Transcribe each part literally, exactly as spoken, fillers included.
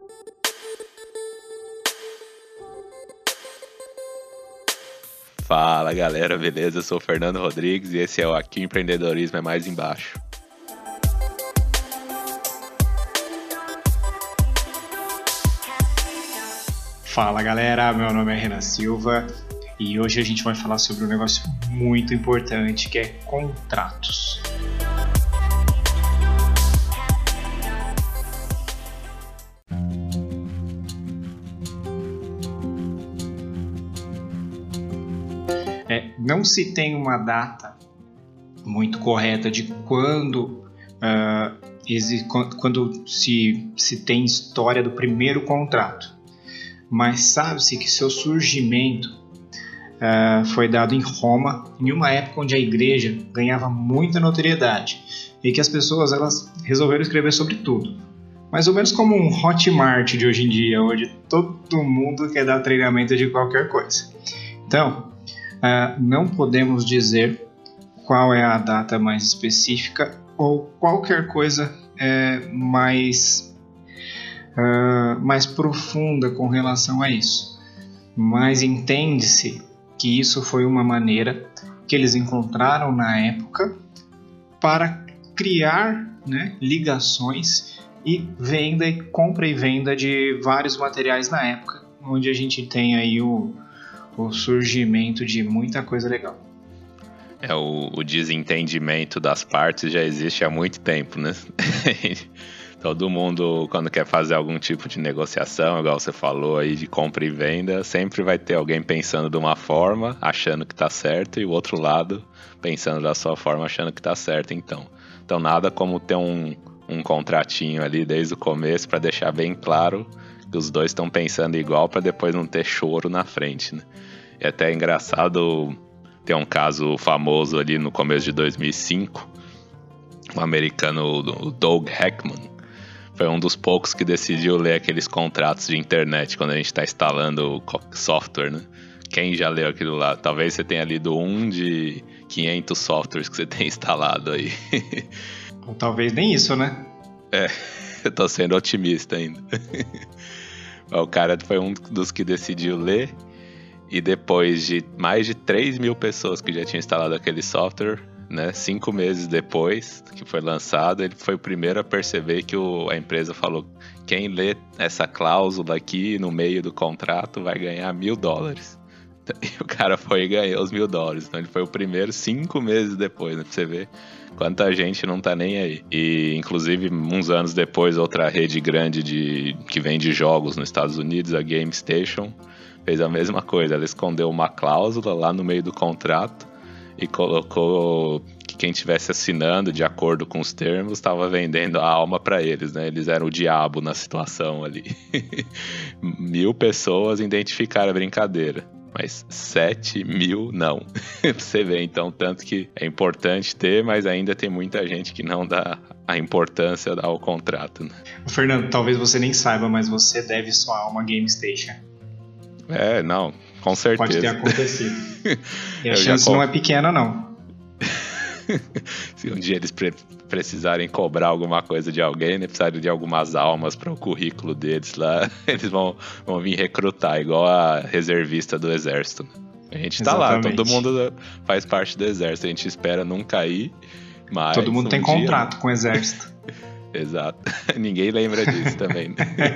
Fala galera, beleza? Eu sou o Fernando Rodrigues e esse é o Aqui Empreendedorismo é Mais Embaixo. Fala galera, meu nome é Renan Silva e hoje a gente vai falar sobre um negócio muito importante que é contratos. É, não se tem uma data muito correta de quando, uh, exi- quando se, se tem história do primeiro contrato, mas sabe-se que seu surgimento uh, foi dado em Roma, em uma época onde a igreja ganhava muita notoriedade e que as pessoas elas resolveram escrever sobre tudo. Mais ou menos como um Hotmart de hoje em dia, onde todo mundo quer dar treinamento de qualquer coisa. Então, Uh, não podemos dizer qual é a data mais específica ou qualquer coisa é, mais, uh, mais profunda com relação a isso. Mas entende-se que isso foi uma maneira que eles encontraram na época para criar, né, ligações e venda, e compra e venda de vários materiais na época, onde a gente tem aí o o surgimento de muita coisa legal. É, o, o desentendimento das partes já existe há muito tempo, né? Todo mundo, quando quer fazer algum tipo de negociação, igual você falou aí, de compra e venda, sempre vai ter alguém pensando de uma forma, achando que tá certo, e o outro lado pensando da sua forma, achando que tá certo, então. Então nada como ter um, um contratinho ali desde o começo para deixar bem claro que os dois estão pensando igual para depois não ter choro na frente, né? É até engraçado, tem um caso famoso ali no começo de dois mil e cinco, um americano, o Doug Heckman, foi um dos poucos que decidiu ler aqueles contratos de internet quando a gente está instalando software, né? Quem já leu aquilo lá? Talvez você tenha lido um de quinhentos softwares que você tem instalado aí. Ou talvez nem isso, né? É, eu tô sendo otimista ainda. O cara foi um dos que decidiu ler, e depois de mais de três mil pessoas que já tinham instalado aquele software, né, cinco meses depois que foi lançado, ele foi o primeiro a perceber que o, a empresa falou: quem lê essa cláusula aqui no meio do contrato vai ganhar mil dólares. E o cara foi e ganhou os mil dólares. Então ele foi o primeiro cinco meses depois, né, pra você ver quanta gente não tá nem aí. E inclusive uns anos depois, outra rede grande de, que vende jogos nos Estados Unidos, a GameStation, fez a mesma coisa. Ela escondeu uma cláusula lá no meio do contrato e colocou que quem estivesse assinando de acordo com os termos estava vendendo a alma para eles, né? Eles eram o diabo na situação ali. Mil pessoas identificaram a brincadeira, mas sete mil não. Você vê então tanto que é importante ter, mas ainda tem muita gente que não dá a importância ao contrato, né? Fernando, talvez você nem saiba, mas você deve sua alma à GameStation. É, não, com certeza. Pode ter acontecido. E a Eu chance já... não é pequena, não. Se um dia eles pre- precisarem cobrar alguma coisa de alguém, né, precisarem de algumas almas para o currículo deles lá, eles vão, vão vir recrutar, igual a reservista do exército. A gente tá Exatamente. Lá, todo mundo faz parte do exército, a gente espera não cair, mas todo mundo um tem dia... contrato com o exército. Exato. Ninguém lembra disso também, né?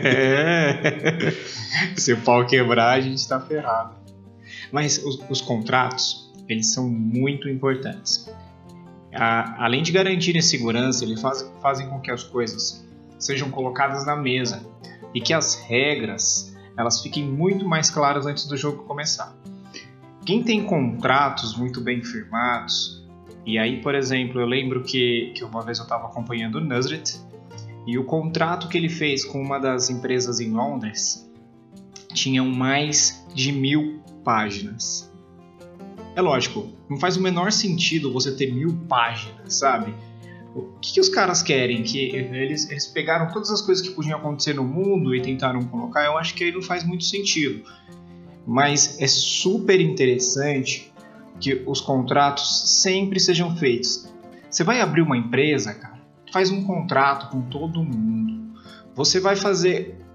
É. Se o pau quebrar, a gente tá ferrado. Mas os, os contratos, eles são muito importantes. A, além de garantirem segurança, eles faz, fazem com que as coisas sejam colocadas na mesa e que as regras elas fiquem muito mais claras antes do jogo começar. Quem tem contratos muito bem firmados, e aí, por exemplo, eu lembro que, que uma vez eu estava acompanhando o Nusret, e o contrato que ele fez com uma das empresas em Londres tinham mais de mil páginas. É lógico, não faz o menor sentido você ter mil páginas, sabe? O que, que os caras querem? Que eles, eles pegaram todas as coisas que podiam acontecer no mundo e tentaram colocar? Eu acho que aí não faz muito sentido. Mas é super interessante que os contratos sempre sejam feitos. Você vai abrir uma empresa, cara, faz um contrato com todo mundo. Você vai fazer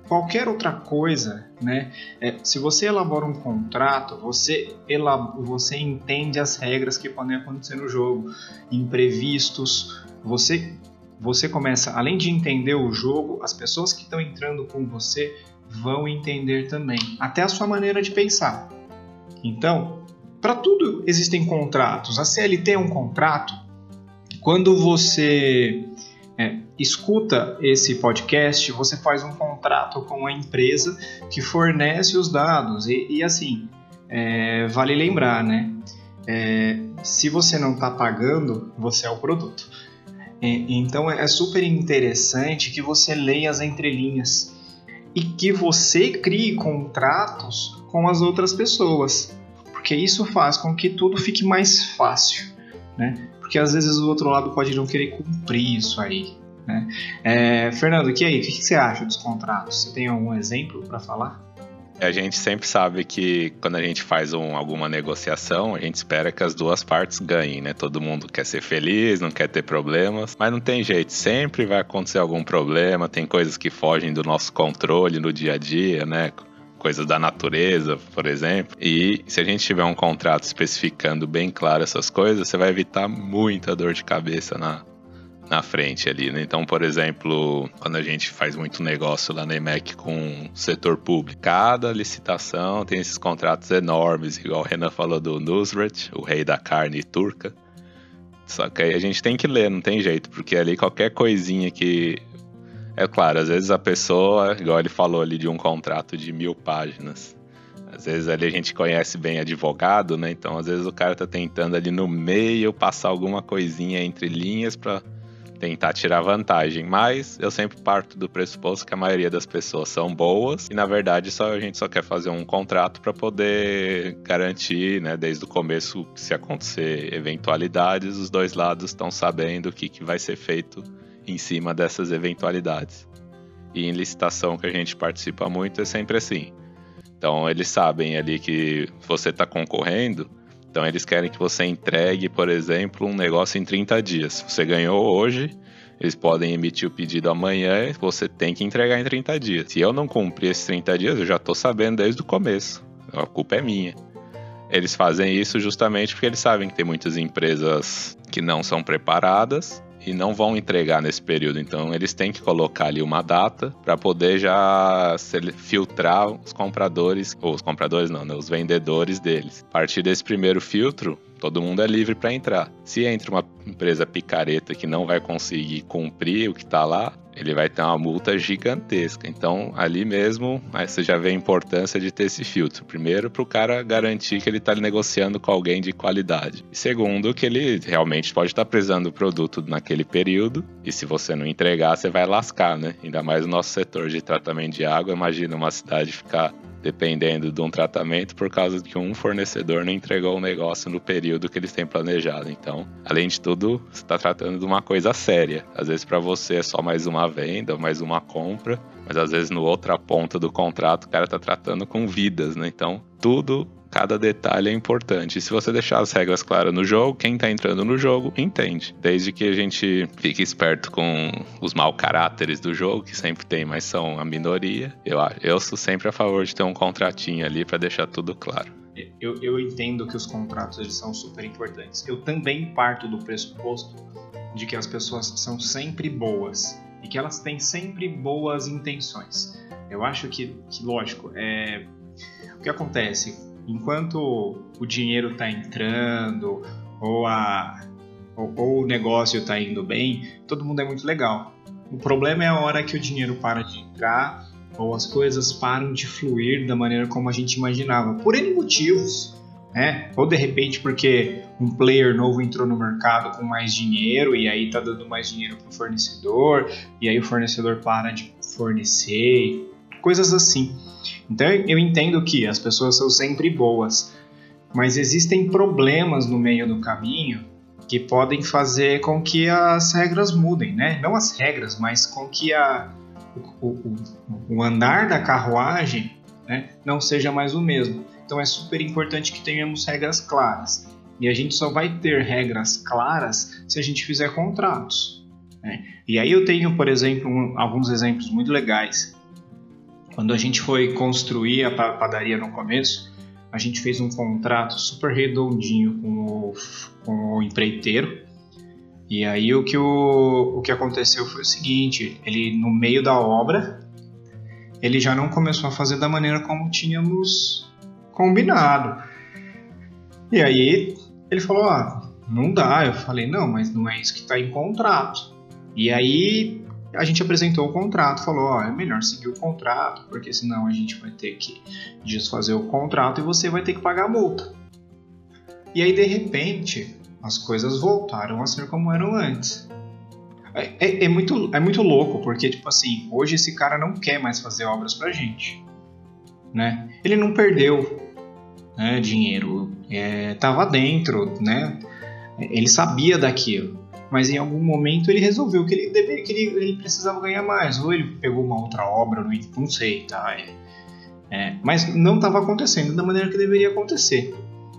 qualquer outra coisa, né? É, se você elabora um contrato, você, elab- você entende as regras que podem acontecer no jogo, imprevistos. Você, você começa, além de entender o jogo, as pessoas que estão entrando com você vão entender também, até a sua maneira de pensar. Então, para tudo existem contratos. A C L T é um contrato. Quando você é, escuta esse podcast, você faz um contrato com a empresa que fornece os dados. E, e assim, é, vale lembrar, né? É, se você não está pagando, você é o produto. E, então é super interessante que você leia as entrelinhas e que você crie contratos com as outras pessoas, porque isso faz com que tudo fique mais fácil, né? Porque às vezes o outro lado pode não querer cumprir isso aí, né? É, Fernando, que aí? O que você acha dos contratos? Você tem algum exemplo para falar? A gente sempre sabe que quando a gente faz um, alguma negociação, a gente espera que as duas partes ganhem, né? Todo mundo quer ser feliz, não quer ter problemas, mas não tem jeito, sempre vai acontecer algum problema, tem coisas que fogem do nosso controle no dia a dia, né? Coisas da natureza, por exemplo. E se a gente tiver um contrato especificando bem claro essas coisas, você vai evitar muita dor de cabeça na na frente ali, né? Então, por exemplo, quando a gente faz muito negócio lá na E M E C com o setor público, cada licitação tem esses contratos enormes, igual o Renan falou do Nusret, o rei da carne turca. Só que aí a gente tem que ler, não tem jeito, porque ali qualquer coisinha que... É claro, às vezes a pessoa, igual ele falou ali de um contrato de mil páginas, às vezes ali a gente conhece bem advogado, né? Então, às vezes o cara tá tentando ali no meio passar alguma coisinha entre linhas para tentar tirar vantagem, mas eu sempre parto do pressuposto que a maioria das pessoas são boas e na verdade só, a gente só quer fazer um contrato para poder garantir, né, desde o começo que se acontecer eventualidades, os dois lados estão sabendo o que, que vai ser feito em cima dessas eventualidades. E em licitação que a gente participa muito é sempre assim. Então eles sabem ali que você está concorrendo. Então eles querem que você entregue, por exemplo, um negócio em trinta dias. Você ganhou hoje, eles podem emitir o pedido amanhã e você tem que entregar em trinta dias. Se eu não cumprir esses trinta dias, eu já estou sabendo desde o começo. A culpa é minha. Eles fazem isso justamente porque eles sabem que tem muitas empresas que não são preparadas e não vão entregar nesse período. Então eles têm que colocar ali uma data para poder já filtrar os compradores, ou os compradores não, né, os vendedores deles. A partir desse primeiro filtro, todo mundo é livre para entrar. Se entra uma empresa picareta que não vai conseguir cumprir o que está lá, ele vai ter uma multa gigantesca. Então, ali mesmo, aí você já vê a importância de ter esse filtro. Primeiro, para o cara garantir que ele está negociando com alguém de qualidade. E segundo, que ele realmente pode estar precisando do produto naquele período. E se você não entregar, você vai lascar, né? Ainda mais no nosso setor de tratamento de água. Imagina uma cidade ficar dependendo de um tratamento por causa de que um fornecedor não entregou o negócio no período que eles têm planejado. Então, além de tudo, você está tratando de uma coisa séria. Às vezes para você é só mais uma venda, mais uma compra, mas às vezes no outra ponta do contrato o cara está tratando com vidas, né? Então, tudo, cada detalhe é importante. E se você deixar as regras claras no jogo, quem está entrando no jogo entende. Desde que a gente fique esperto com os mau caráteres do jogo, que sempre tem, mas são a minoria. Eu, eu sou sempre a favor de ter um contratinho ali para deixar tudo claro. Eu, eu entendo que os contratos eles são super importantes. Eu também parto do pressuposto de que as pessoas são sempre boas e que elas têm sempre boas intenções. Eu acho que, que lógico, é... o que acontece? Enquanto o dinheiro está entrando ou, a, ou, ou o negócio está indo bem, todo mundo é muito legal. O problema é a hora que o dinheiro para de entrar ou as coisas param de fluir da maneira como a gente imaginava, por N motivos, né? Ou de repente porque um player novo entrou no mercado com mais dinheiro e aí está dando mais dinheiro para o fornecedor e aí o fornecedor para de fornecer, coisas assim. Então eu entendo que as pessoas são sempre boas, mas existem problemas no meio do caminho que podem fazer com que as regras mudem, né? Não as regras, mas com que a, o, o, o andar da carruagem, né, não seja mais o mesmo. Então é super importante que tenhamos regras claras. E a gente só vai ter regras claras se a gente fizer contratos, né? E aí eu tenho, por exemplo, um, alguns exemplos muito legais. Quando a gente foi construir a padaria no começo, a gente fez um contrato super redondinho com o, com o empreiteiro. E aí o que, o, o que aconteceu foi o seguinte, ele no meio da obra, ele já não começou a fazer da maneira como tínhamos combinado. E aí ele falou, ah, não dá. Eu falei, não, mas não é isso que está em contrato. E aí a gente apresentou o contrato, falou, ó, é melhor seguir o contrato, porque senão a gente vai ter que desfazer o contrato e você vai ter que pagar a multa. E aí de repente as coisas voltaram a ser como eram antes. É, é, é, muito, é muito louco, porque, tipo assim, hoje esse cara não quer mais fazer obras pra gente, né? Ele não perdeu, né, dinheiro, é, tava dentro, né? Ele sabia daquilo, mas em algum momento ele resolveu que ele, deve, que ele, ele precisava ganhar mais, ou ele pegou uma outra obra, não, não sei, tá? É, é, mas não estava acontecendo da maneira que deveria acontecer.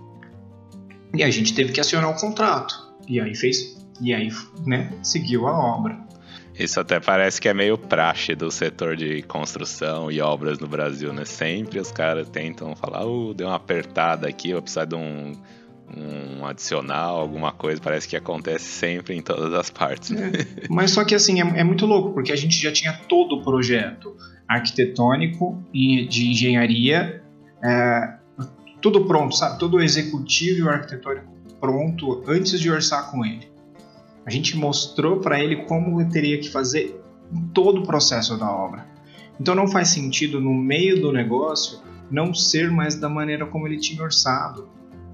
E a gente teve que acionar o contrato, e aí fez... E aí, né, seguiu a obra. Isso até parece que é meio praxe do setor de construção e obras no Brasil, né? Sempre os caras tentam falar, uh, deu uma apertada aqui, vou precisar de um, um adicional, alguma coisa. Parece que acontece sempre em todas as partes. Né? É, mas só que assim, é, é muito louco, porque a gente já tinha todo o projeto arquitetônico e de engenharia, é, tudo pronto, sabe? Todo o executivo e o arquitetônico pronto antes de orçar com ele. A gente mostrou para ele como ele teria que fazer todo o processo da obra. Então não faz sentido, no meio do negócio, não ser mais da maneira como ele tinha orçado,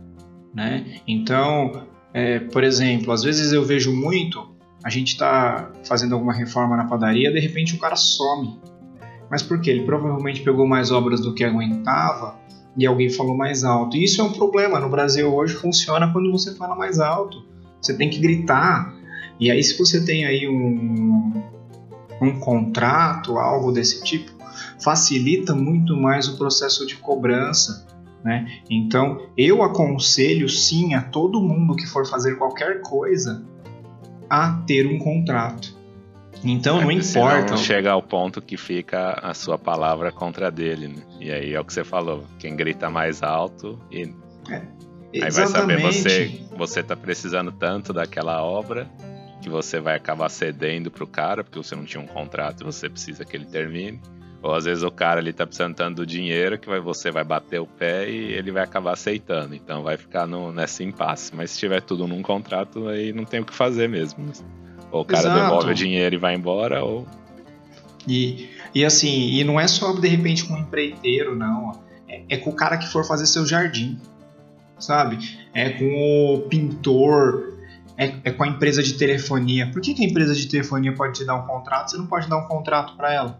né? Então, é, por exemplo, às vezes eu vejo muito, a gente está fazendo alguma reforma na padaria, de repente o cara some. Mas por quê? Ele provavelmente pegou mais obras do que aguentava e alguém falou mais alto. E isso é um problema. No Brasil hoje funciona quando você fala mais alto. Você tem que gritar. E aí, se você tem aí um, um contrato, algo desse tipo, facilita muito mais o processo de cobrança, né? Então, eu aconselho sim a todo mundo que for fazer qualquer coisa a ter um contrato. Então, é, não importa. Não chega ao ponto que fica a sua palavra contra dele, né? E aí é o que você falou, quem grita mais alto e é, aí vai saber você, você tá precisando tanto daquela obra que você vai acabar cedendo pro cara, porque você não tinha um contrato e você precisa que ele termine. Ou às vezes o cara ali tá precisando tanto do dinheiro que vai, você vai bater o pé e ele vai acabar aceitando. Então vai ficar no, nessa impasse. Mas se tiver tudo num contrato, aí não tem o que fazer mesmo. Ou o cara Exato. devolve o dinheiro e vai embora, ou... E, e assim, e não é só de repente com um empreiteiro, não. É, é com o cara que for fazer seu jardim, sabe? É com o pintor... É, é com a empresa de telefonia. Por que, que a empresa de telefonia pode te dar um contrato? Você não pode dar um contrato para ela,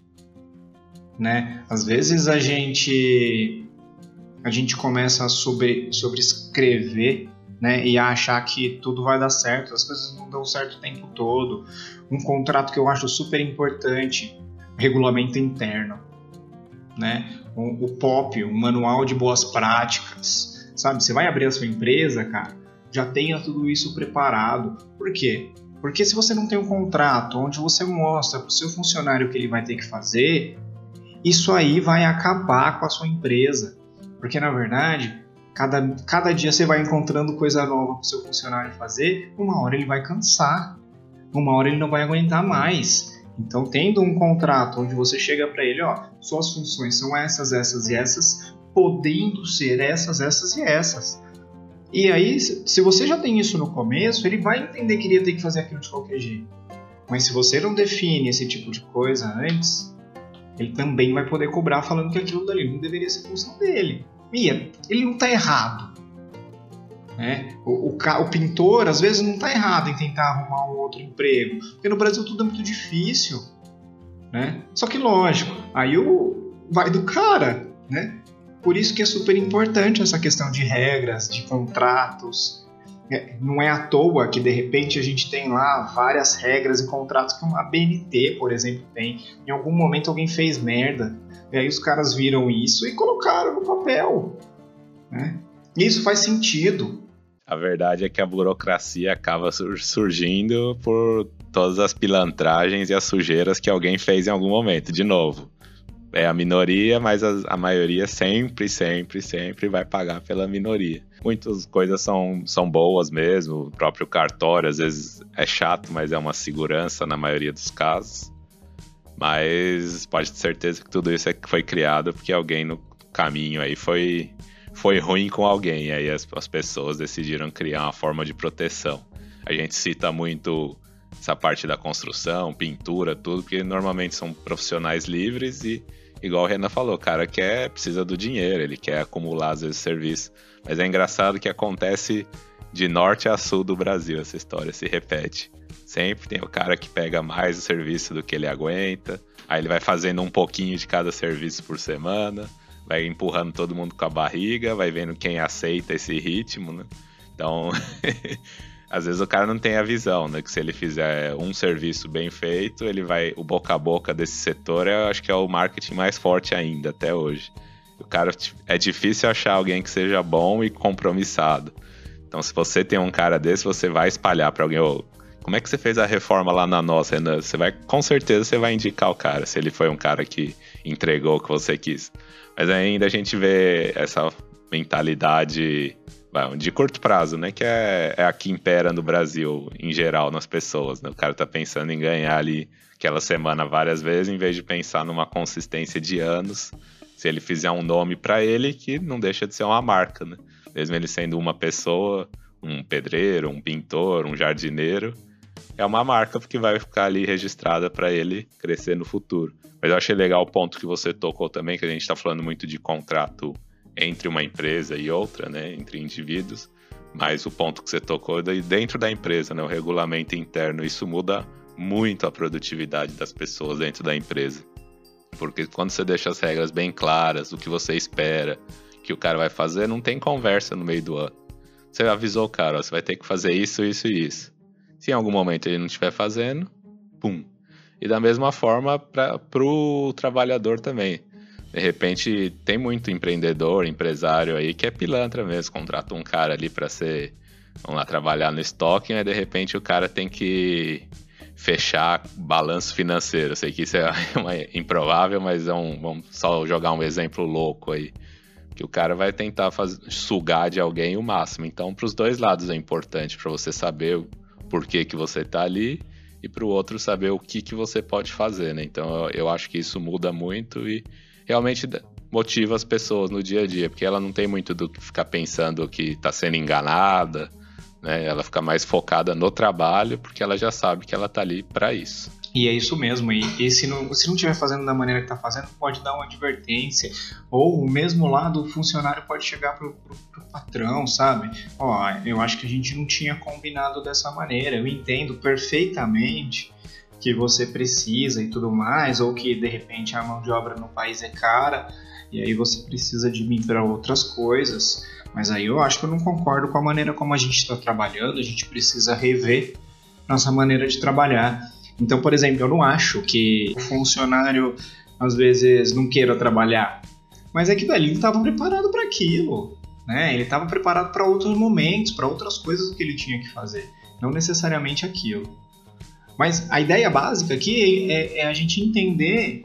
né? Às vezes a gente a gente começa a sobre, sobrescrever, né? E a achar que tudo vai dar certo. As coisas não dão certo o tempo todo. Um contrato que eu acho super importante, regulamento interno, né? O, o P O P, o Manual de Boas Práticas, sabe? Você vai abrir a sua empresa, cara, já tenha tudo isso preparado. Por quê? Porque se você não tem um contrato onde você mostra para o seu funcionário o que ele vai ter que fazer, isso aí vai acabar com a sua empresa. Porque, na verdade, cada, cada dia você vai encontrando coisa nova para o seu funcionário fazer, uma hora ele vai cansar, uma hora ele não vai aguentar mais. Então, tendo um contrato onde você chega para ele, ó, suas funções são essas, essas e essas, podendo ser essas, essas e essas. E aí, se você já tem isso no começo, ele vai entender que ele ia ter que fazer aquilo de qualquer jeito. Mas se você não define esse tipo de coisa antes, ele também vai poder cobrar falando que aquilo dali não deveria ser função dele. E ele não está errado. Né? O, o, o pintor, às vezes, não está errado em tentar arrumar um outro emprego. Porque no Brasil tudo é muito difícil. Né? Só que, lógico, aí o, vai do cara, né? Por isso que é super importante essa questão de regras, de contratos. É, não é à toa que, de repente, a gente tem lá várias regras e contratos que uma B N T, por exemplo, tem. Em algum momento alguém fez merda, e aí os caras viram isso e colocaram no papel. Né? E isso faz sentido. A verdade é que a burocracia acaba surgindo por todas as pilantragens e as sujeiras que alguém fez em algum momento, de novo. é a minoria, mas a, a maioria sempre, sempre, sempre vai pagar pela minoria. Muitas coisas são, são boas mesmo, o próprio cartório às vezes é chato, mas é uma segurança na maioria dos casos. Mas pode ter certeza que tudo isso é, foi criado porque alguém no caminho aí foi, foi ruim com alguém, e aí as, as pessoas decidiram criar uma forma de proteção. A gente cita muito essa parte da construção, pintura, tudo, porque normalmente são profissionais livres e, igual o Renan falou, o cara quer, precisa do dinheiro, ele quer acumular às vezes serviço. Mas é engraçado que acontece de norte a sul do Brasil, essa história se repete. Sempre tem o cara que pega mais o serviço do que ele aguenta, aí ele vai fazendo um pouquinho de cada serviço por semana, vai empurrando todo mundo com a barriga, vai vendo quem aceita esse ritmo, né? Então, às vezes o cara não tem a visão, né? Que se ele fizer um serviço bem feito, ele vai, o boca a boca desse setor, eu acho que é o marketing mais forte ainda, até hoje. O cara, é difícil achar alguém que seja bom e compromissado. Então, se você tem um cara desse, você vai espalhar para alguém, oh, como é que você fez a reforma lá na nossa, Renan? Você vai, com certeza você vai indicar o cara, se ele foi um cara que entregou o que você quis. Mas ainda a gente vê essa mentalidade de curto prazo, né? Que é, é a que impera no Brasil, em geral, nas pessoas, né? O cara tá pensando em ganhar ali aquela semana várias vezes, em vez de pensar numa consistência de anos. Se ele fizer um nome para ele, que não deixa de ser uma marca, né? Mesmo ele sendo uma pessoa, um pedreiro, um pintor, um jardineiro, é uma marca porque vai ficar ali registrada para ele crescer no futuro. Mas eu achei legal o ponto que você tocou também, que a gente está falando muito de contrato entre uma empresa e outra, né, entre indivíduos, mas o ponto que você tocou é dentro da empresa, né, o regulamento interno, isso muda muito a produtividade das pessoas dentro da empresa. Porque quando você deixa as regras bem claras, o que você espera que o cara vai fazer, não tem conversa no meio do ano. Você avisou o cara, ó, você vai ter que fazer isso, isso e isso. Se em algum momento ele não estiver fazendo, pum. E da mesma forma para o trabalhador também. De repente, tem muito empreendedor, empresário aí que é pilantra mesmo. Contrata um cara ali para ser, vamos lá, trabalhar no estoque, e de repente o cara tem que fechar balanço financeiro. Eu sei que isso é uma, improvável, mas é um, vamos só jogar um exemplo louco aí. Que o cara vai tentar fazer, sugar de alguém o máximo. Então, para os dois lados é importante, para você saber por que que você está ali e para o outro saber o que que você pode fazer, né? Então, eu, eu acho que isso muda muito e realmente motiva as pessoas no dia a dia, porque ela não tem muito do que ficar pensando que está sendo enganada, né? Ela fica mais focada no trabalho, porque ela já sabe que ela está ali para isso. E é isso mesmo, e, e se não se não estiver fazendo da maneira que está fazendo, pode dar uma advertência, ou o mesmo lado, o funcionário pode chegar pro, pro, pro patrão, sabe? Ó, eu acho que a gente não tinha combinado dessa maneira, eu entendo perfeitamente que você precisa e tudo mais, ou que de repente a mão de obra no país é cara, e aí você precisa de mim para outras coisas, mas aí eu acho que eu não concordo com a maneira como a gente está trabalhando, a gente precisa rever nossa maneira de trabalhar. Então, por exemplo, eu não acho que o funcionário às vezes não queira trabalhar, mas é que velho, ele estava preparado para aquilo, né? Ele estava preparado para outros momentos, para outras coisas que ele tinha que fazer, não necessariamente aquilo. Mas a ideia básica aqui é, é a gente entender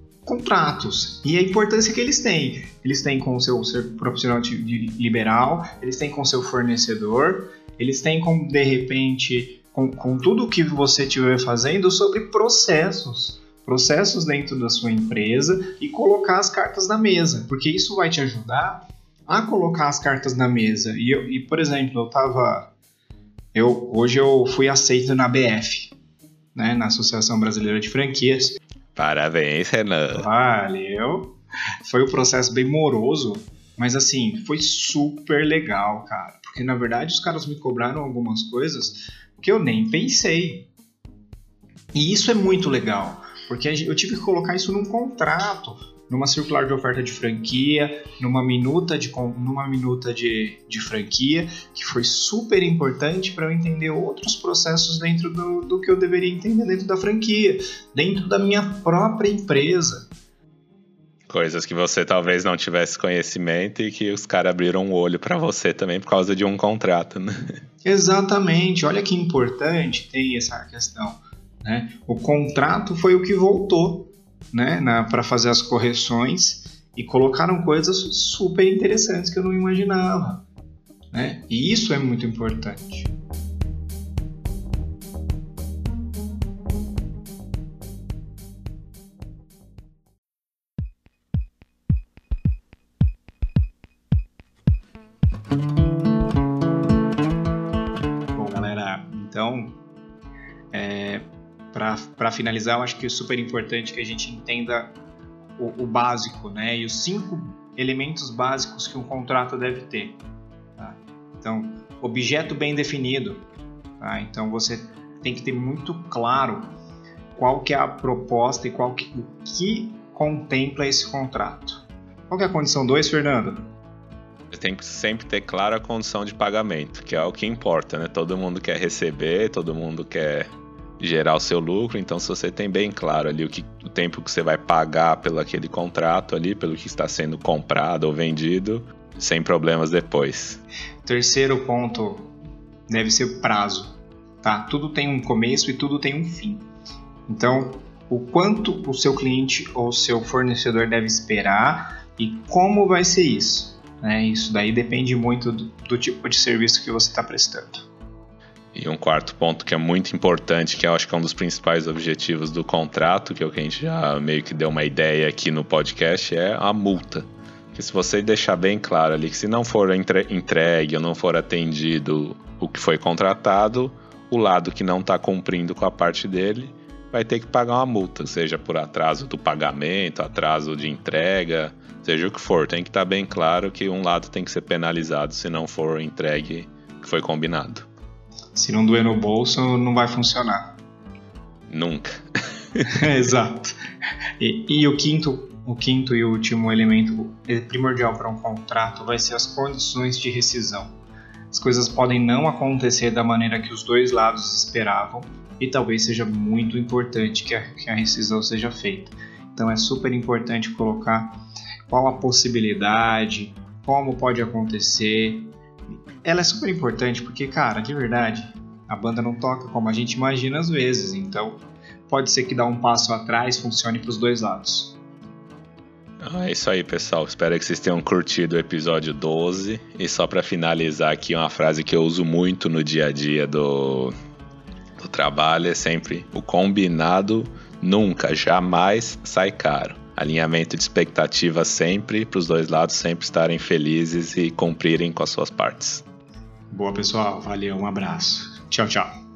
contratos e a importância que eles têm. Eles têm com o seu, seu profissional de, de liberal, eles têm com o seu fornecedor, eles têm com, de repente... Com, com tudo o que você estiver fazendo sobre processos, processos dentro da sua empresa e colocar as cartas na mesa, porque isso vai te ajudar a colocar as cartas na mesa. E, eu, e por exemplo, eu tava, eu, hoje eu fui aceito na B F, né, na Associação Brasileira de Franquias. Parabéns, Renan. Valeu. Foi um processo bem moroso, mas assim, foi super legal, cara, porque na verdade os caras me cobraram algumas coisas que eu nem pensei. E isso é muito legal, porque eu tive que colocar isso num contrato, numa circular de oferta de franquia, numa minuta de, numa minuta de, de franquia, que foi super importante para eu entender outros processos dentro do, do que eu deveria entender dentro da franquia, dentro da minha própria empresa. Coisas que você talvez não tivesse conhecimento e que os caras abriram o olho para você também por causa de um contrato, né? Exatamente, olha que importante tem essa questão, né? O contrato foi o que voltou, né, para fazer as correções e colocaram coisas super interessantes que eu não imaginava, né? E isso é muito importante. Bom, galera, então, é, para finalizar, eu acho que é super importante que a gente entenda o, o básico, né? E os cinco elementos básicos que um contrato deve ter. Tá? Então, objeto bem definido. Tá? Então, você tem que ter muito claro qual que é a proposta e qual que, o que contempla esse contrato. Qual que é a condição dois, Fernando? Você tem que sempre ter clara a condição de pagamento, que é o que importa, né? Todo mundo quer receber, todo mundo quer gerar o seu lucro, então se você tem bem claro ali o, que, o tempo que você vai pagar pelo aquele contrato ali, pelo que está sendo comprado ou vendido, sem problemas depois. Terceiro ponto deve ser o prazo, tá? Tudo tem um começo e tudo tem um fim. Então, o quanto o seu cliente ou o seu fornecedor deve esperar e como vai ser isso, né? Isso daí depende muito do, do tipo de serviço que você está prestando. E um quarto ponto que é muito importante, que eu acho que é um dos principais objetivos do contrato, que é o que a gente já meio que deu uma ideia aqui no podcast, é a multa. Que se você deixar bem claro ali que se não for entregue ou não for atendido o que foi contratado, o lado que não está cumprindo com a parte dele vai ter que pagar uma multa, seja por atraso do pagamento, atraso de entrega, seja o que for. Tem que estar bem claro que um lado tem que ser penalizado se não for entregue o que foi combinado. Se não doer no bolso, não vai funcionar. Nunca. Exato. E, e o, quinto, o quinto e último elemento primordial para um contrato vai ser as condições de rescisão. As coisas podem não acontecer da maneira que os dois lados esperavam e talvez seja muito importante que a, que a rescisão seja feita. Então é super importante colocar qual a possibilidade, como pode acontecer. Ela é super importante porque, cara, de verdade, a banda não toca como a gente imagina às vezes, então pode ser que dar um passo atrás funcione para os dois lados. É isso aí, pessoal. Espero que vocês tenham curtido o episódio doze. E só para finalizar aqui, uma frase que eu uso muito no dia a dia do, do trabalho é sempre: o combinado nunca, jamais sai caro. Alinhamento de expectativa sempre, para os dois lados sempre estarem felizes e cumprirem com as suas partes. Boa, pessoal. Valeu, um abraço. Tchau, tchau.